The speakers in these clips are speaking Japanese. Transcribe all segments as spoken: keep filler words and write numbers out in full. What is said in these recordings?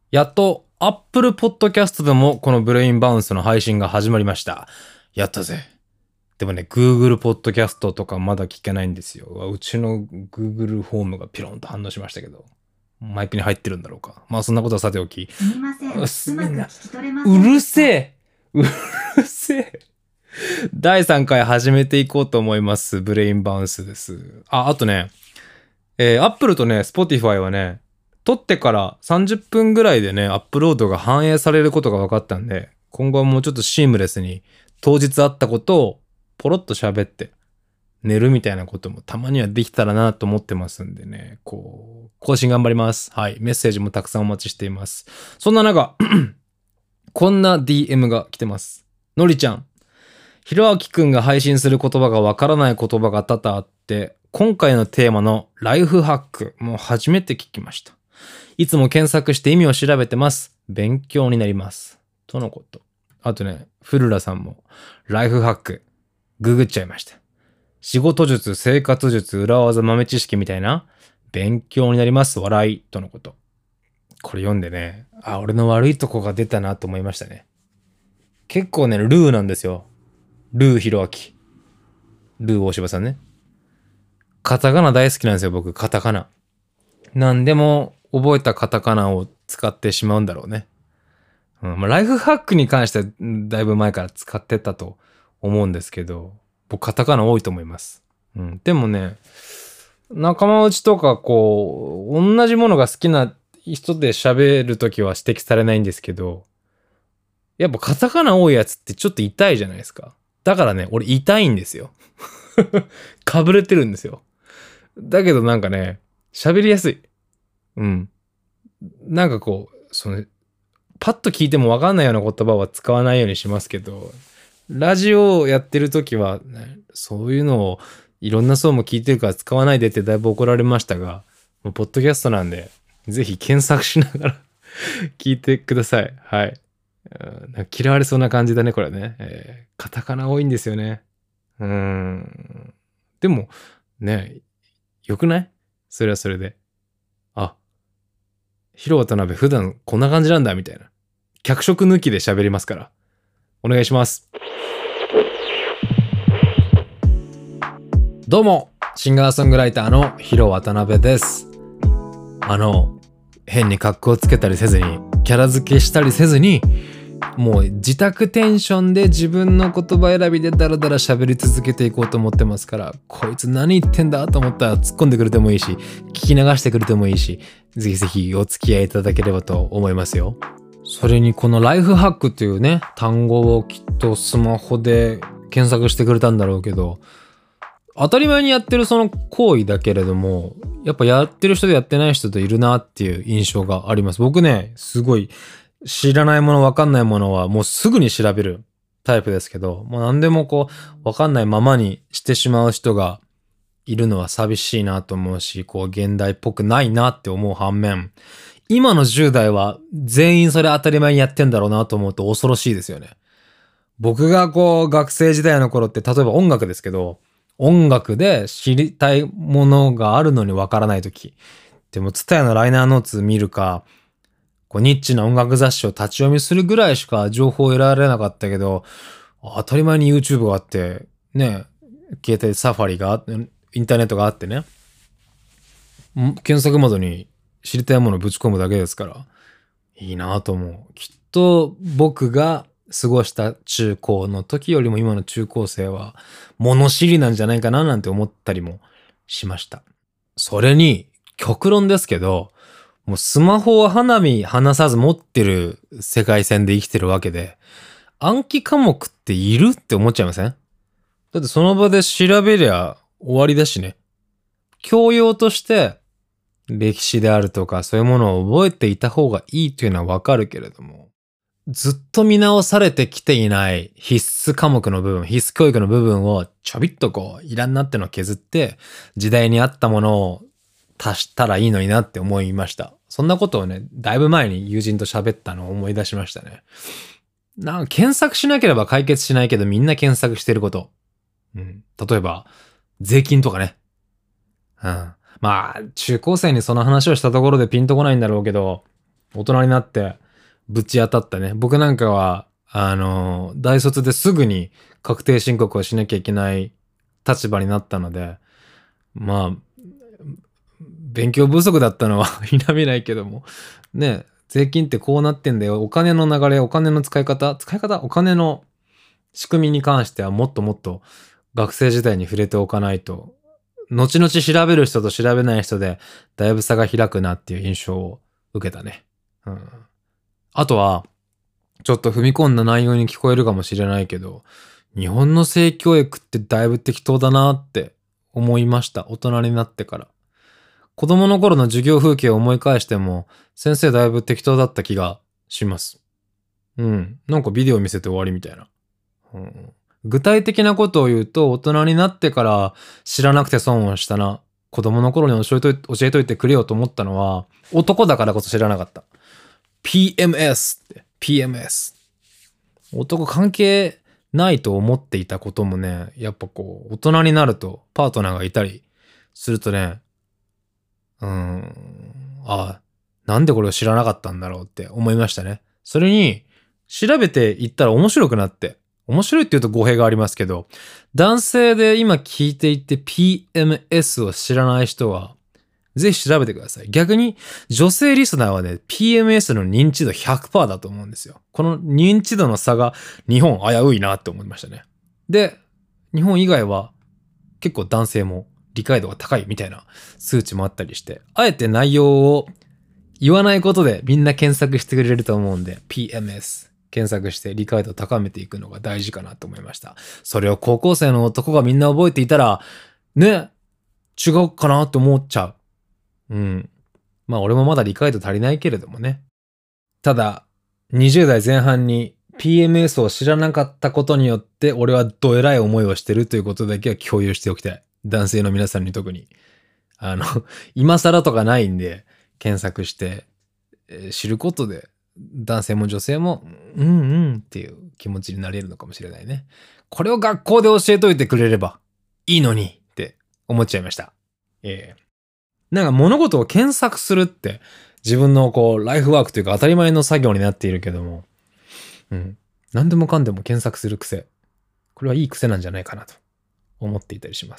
やっと Apple Podcast でもこのブレインバウンスの配信が始まりました。やったぜ。でもね、Google Podcast とかまだ聞けないんですよ。うちの Google フォームがピロンと反応しましたけど。マイクに入ってるんだろうか。まあそんなことはさておき。 すみません。うまく聞き取れませうんでるせした。 えうるせえだいさんかい始めていこうと思います。ブレインバウンスです。あ、あとね、えー、Apple とね、Spotify はね、撮ってからさんじゅっぷんぐらいでね、アップロードが反映されることが分かったんで、今後はもうちょっとシームレスに当日あったことをポロッと喋って寝るみたいなこともたまにはできたらなと思ってますんでね、こう、更新頑張ります。はい。メッセージもたくさんお待ちしています。そんな中、こんな ディーエム が来てます。のりちゃん。ひろあきくんが配信する言葉がわからない言葉が多々あって、今回のテーマのライフハックも初めて聞きました。いつも検索して意味を調べてます。勉強になります。とのこと。あとね、フルラさんもライフハックググっちゃいました。仕事術、生活術、裏技、豆知識みたいな勉強になります。笑い。とのこと。これ読んでね、あ、俺の悪いとこが出たなと思いましたね。結構ね、ルーなんですよ。ルーひろあき。ルー大柴さんね。カタカナ大好きなんですよ、僕。カタカナ。なんでも覚えたカタカナを使ってしまうんだろうね。うんまあ、ライフハックに関してはだいぶ前から使ってたと思うんですけど、僕カタカナ多いと思います。うん、でもね、仲間内とかこう、同じものが好きな人で喋るときは指摘されないんですけど、やっぱカタカナ多いやつってちょっと痛いじゃないですか。だからね、俺痛いんですよ。かぶれてるんですよ。だけどなんかね、喋りやすい。うん。なんかこう、その、パッと聞いてもわかんないような言葉は使わないようにしますけど、ラジオをやってるときは、ね、そういうのをいろんな層も聞いてるから使わないでってだいぶ怒られましたが、もうポッドキャストなんで、ぜひ検索しながら聞いてください。はい。なんか嫌われそうな感じだね、これね。えー、カタカナ多いんですよね。うーん。でも、ね、よくない？それはそれで。あ、ヒロ渡辺普段こんな感じなんだ、みたいな。脚色抜きで喋りますから。お願いします。どうも、シンガーソングライターのヒロ渡辺です。あの、変に格好つけたりせずに、キャラ付けしたりせずに、もう自宅テンションで自分の言葉選びでダラダラ喋り続けていこうと思ってますから、こいつ何言ってんだと思ったら突っ込んでくれてもいいし、聞き流してくれてもいいし、ぜひぜひお付き合いいただければと思いますよ。それにこのライフハックっていうね、単語をきっとスマホで検索してくれたんだろうけど、当たり前にやってるその行為だけれども、やっぱやってる人とやってない人といるなっていう印象があります。僕ね、すごい知らないもの、わかんないものはもうすぐに調べるタイプですけど、もう何でもこう、わかんないままにしてしまう人がいるのは寂しいなと思うし、こう、現代っぽくないなって思う反面、今のじゅう代は全員それ当たり前にやってんだろうなと思うと恐ろしいですよね。僕がこう、学生時代の頃って、例えば音楽ですけど、音楽で知りたいものがあるのにわからないとき。でも、ツタヤのライナーノーツ見るか、こうニッチな音楽雑誌を立ち読みするぐらいしか情報を得られなかったけど、当たり前に YouTube があって、ね、携帯サファリがあって、インターネットがあってね、検索窓に知りたいものをぶち込むだけですから、いいなぁと思う。きっと僕が過ごした中高の時よりも今の中高生は物知りなんじゃないかななんて思ったりもしました。それに極論ですけど、もうスマホを花火離さず持ってる世界線で生きてるわけで、暗記科目っているって思っちゃいません？だってその場で調べりゃ終わりだしね。教養として歴史であるとかそういうものを覚えていた方がいいというのはわかるけれども、ずっと見直されてきていない必須科目の部分、必須教育の部分をちょびっとこういらんなってのを削って時代に合ったものを足したらいいのになって思いました。そんなことをね、だいぶ前に友人と喋ったのを思い出しましたね。なんか検索しなければ解決しないけどみんな検索してること。うん、例えば、税金とかね。うん。まあ、中高生にその話をしたところでピンとこないんだろうけど、 大人になってぶち当たったね。僕なんかは、あの、大卒ですぐに確定申告をしなきゃいけない立場になったので、まあ、勉強不足だったのは否めないけども、ね、税金ってこうなってんだよ。お金の流れ、お金の使い方、使い方お金の仕組みに関してはもっともっと学生時代に触れておかないと、後々調べる人と調べない人でだいぶ差が開くなっていう印象を受けたね。うん、あとは、ちょっと踏み込んだ内容に聞こえるかもしれないけど、日本の性教育ってだいぶ適当だなって思いました。大人になってから。子供の頃の授業風景を思い返しても、先生だいぶ適当だった気がします。うん。なんかビデオ見せて終わりみたいな。うん、具体的なことを言うと、大人になってから知らなくて損をしたな。子供の頃に教えといて、教えといてくれよと思ったのは、男だからこそ知らなかった。ピーエムエス って、ピーエムエス。男関係ないと思っていたこともね、やっぱこう、大人になるとパートナーがいたりするとね、うーん、あ、なんでこれを知らなかったんだろうって思いましたね。それに、調べていったら面白くなって、面白いって言うと語弊がありますけど、男性で今聞いていて ピーエムエス を知らない人は、ぜひ調べてください。逆に、女性リスナーはね、ピーエムエス の認知度 ひゃくパーセント だと思うんですよ。この認知度の差が日本危ういなって思いましたね。で、日本以外は結構男性も理解度が高いみたいな数値もあったりして、あえて内容を言わないことでみんな検索してくれると思うんで、ピーエムエス 検索して理解度を高めていくのが大事かなと思いました。それを高校生の男がみんな覚えていたら、ね、違うかなって思っちゃう。うん。まあ俺もまだ理解度足りないけれどもね。ただ、にじゅう代前半に ピーエムエス を知らなかったことによって俺はどえらい思いをしてるということだけは共有しておきたい。男性の皆さんに特に。あの、今更とかないんで検索して、えー、知ることで男性も女性もうんうんっていう気持ちになれるのかもしれないね。これを学校で教えといてくれればいいのにって思っちゃいました。えーなんか物事を検索するって自分のこうライフワークというか当たり前の作業になっているけども、うん。何でもかんでも検索する癖。これはいい癖なんじゃないかなと思っていたりします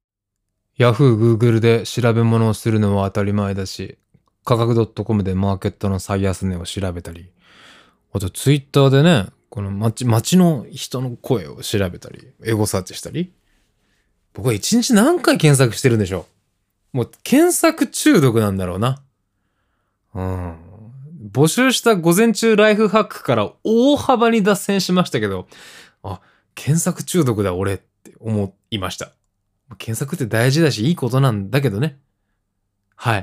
。Yahoo、Google で調べ物をするのは当たり前だし、価格 .com でマーケットの最安値を調べたり、あと Twitter でね、この街、街の人の声を調べたり、エゴサーチしたり。僕は一日何回検索してるんでしょう。もう検索中毒なんだろうな。うん。募集した午前中ライフハックから大幅に脱線しましたけど、あ、検索中毒だ俺って思いました。検索って大事だしいいことなんだけどね。はい。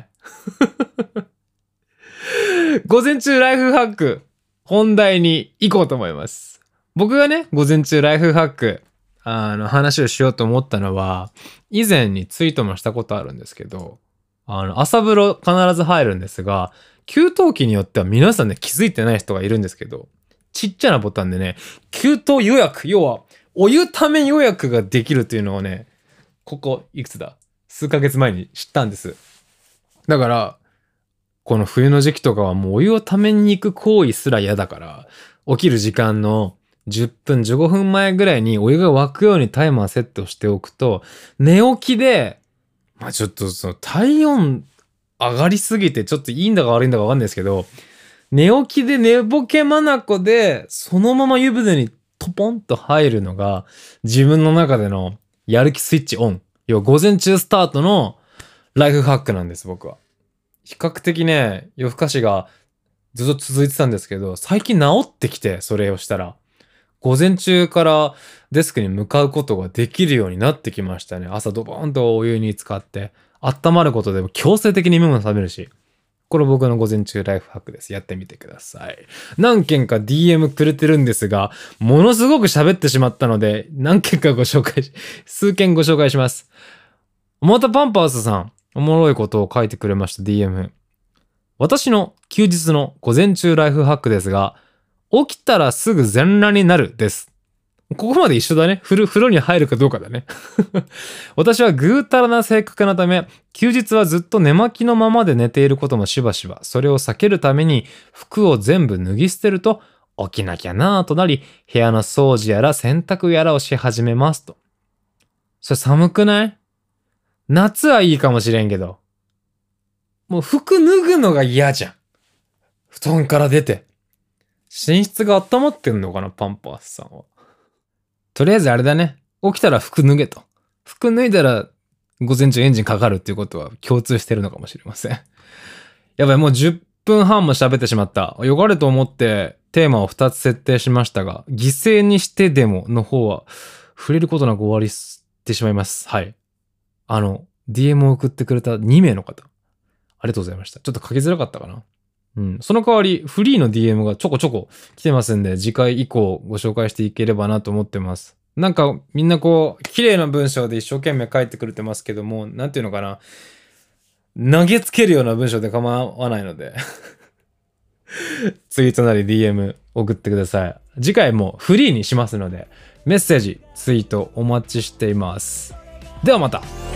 午前中ライフハック、本題に行こうと思います。僕がね、午前中ライフハック、あの話をしようと思ったのは、以前にツイートもしたことあるんですけど、あの朝風呂必ず入るんですが、給湯器によっては皆さんね気づいてない人がいるんですけど、ちっちゃなボタンでね、給湯予約、要はお湯ため予約ができるっていうのをね、ここいくつだ数ヶ月前に知ったんです。だからこの冬の時期とかはもうお湯をために行く行為すら嫌だから、起きる時間のじゅっぷんじゅうごふんまえぐらいにお湯が沸くようにタイマーセットしておくと、寝起きでまあちょっとその体温上がりすぎてちょっといいんだか悪いんだかわかんないですけど、寝起きで寝ぼけまなこでそのまま湯船にトポンと入るのが自分の中でのやる気スイッチオン。要は午前中スタートのライフハックなんです僕は。比較的ね、夜更かしがずっと続いてたんですけど、最近治ってきてそれをしたら。午前中からデスクに向かうことができるようになってきましたね。朝ドボーンとお湯に浸かって温まることでも強制的に目も覚めるし、これ僕の午前中ライフハックです。やってみてください。何件か ディーエム くれてるんですが、ものすごく喋ってしまったので何件かご紹介し数件ご紹介します。またパンパースさん、おもろいことを書いてくれました ディーエム。私の休日の午前中ライフハックですが、起きたらすぐ全裸になるです。 ここまで一緒だね。風呂、風呂に入るかどうかだね。私はぐうたらな性格なため、休日はずっと寝巻きのままで寝ていることもしばしば、それを避けるために服を全部脱ぎ捨てると、起きなきゃなぁとなり、部屋の掃除やら洗濯やらをし始めますと。それ寒くない？夏はいいかもしれんけど、もう服脱ぐのが嫌じゃん。布団から出て。寝室が温まってんのかな、パンパースさんは。とりあえずあれだね。起きたら服脱げと。服脱いだら午前中エンジンかかるっていうことは共通してるのかもしれません。やばい、もうじゅっぷんはんも喋ってしまった。よかれと思ってテーマをふたつ設定しましたが、犠牲にしてでもの方は触れることなく終わりってしまいます。はい。あの、ディーエム を送ってくれたにめいの方。ありがとうございました。ちょっと書きづらかったかな。うん。その代わり、フリーの ディーエム がちょこちょこ来てますんで、次回以降ご紹介していければなと思ってます。なんか、みんなこう、綺麗な文章で一生懸命書いてくれてますけども、なんていうのかな。投げつけるような文章で構わないので。ツイートなり ディーエム 送ってください。次回もフリーにしますので、メッセージ、ツイートお待ちしています。ではまた。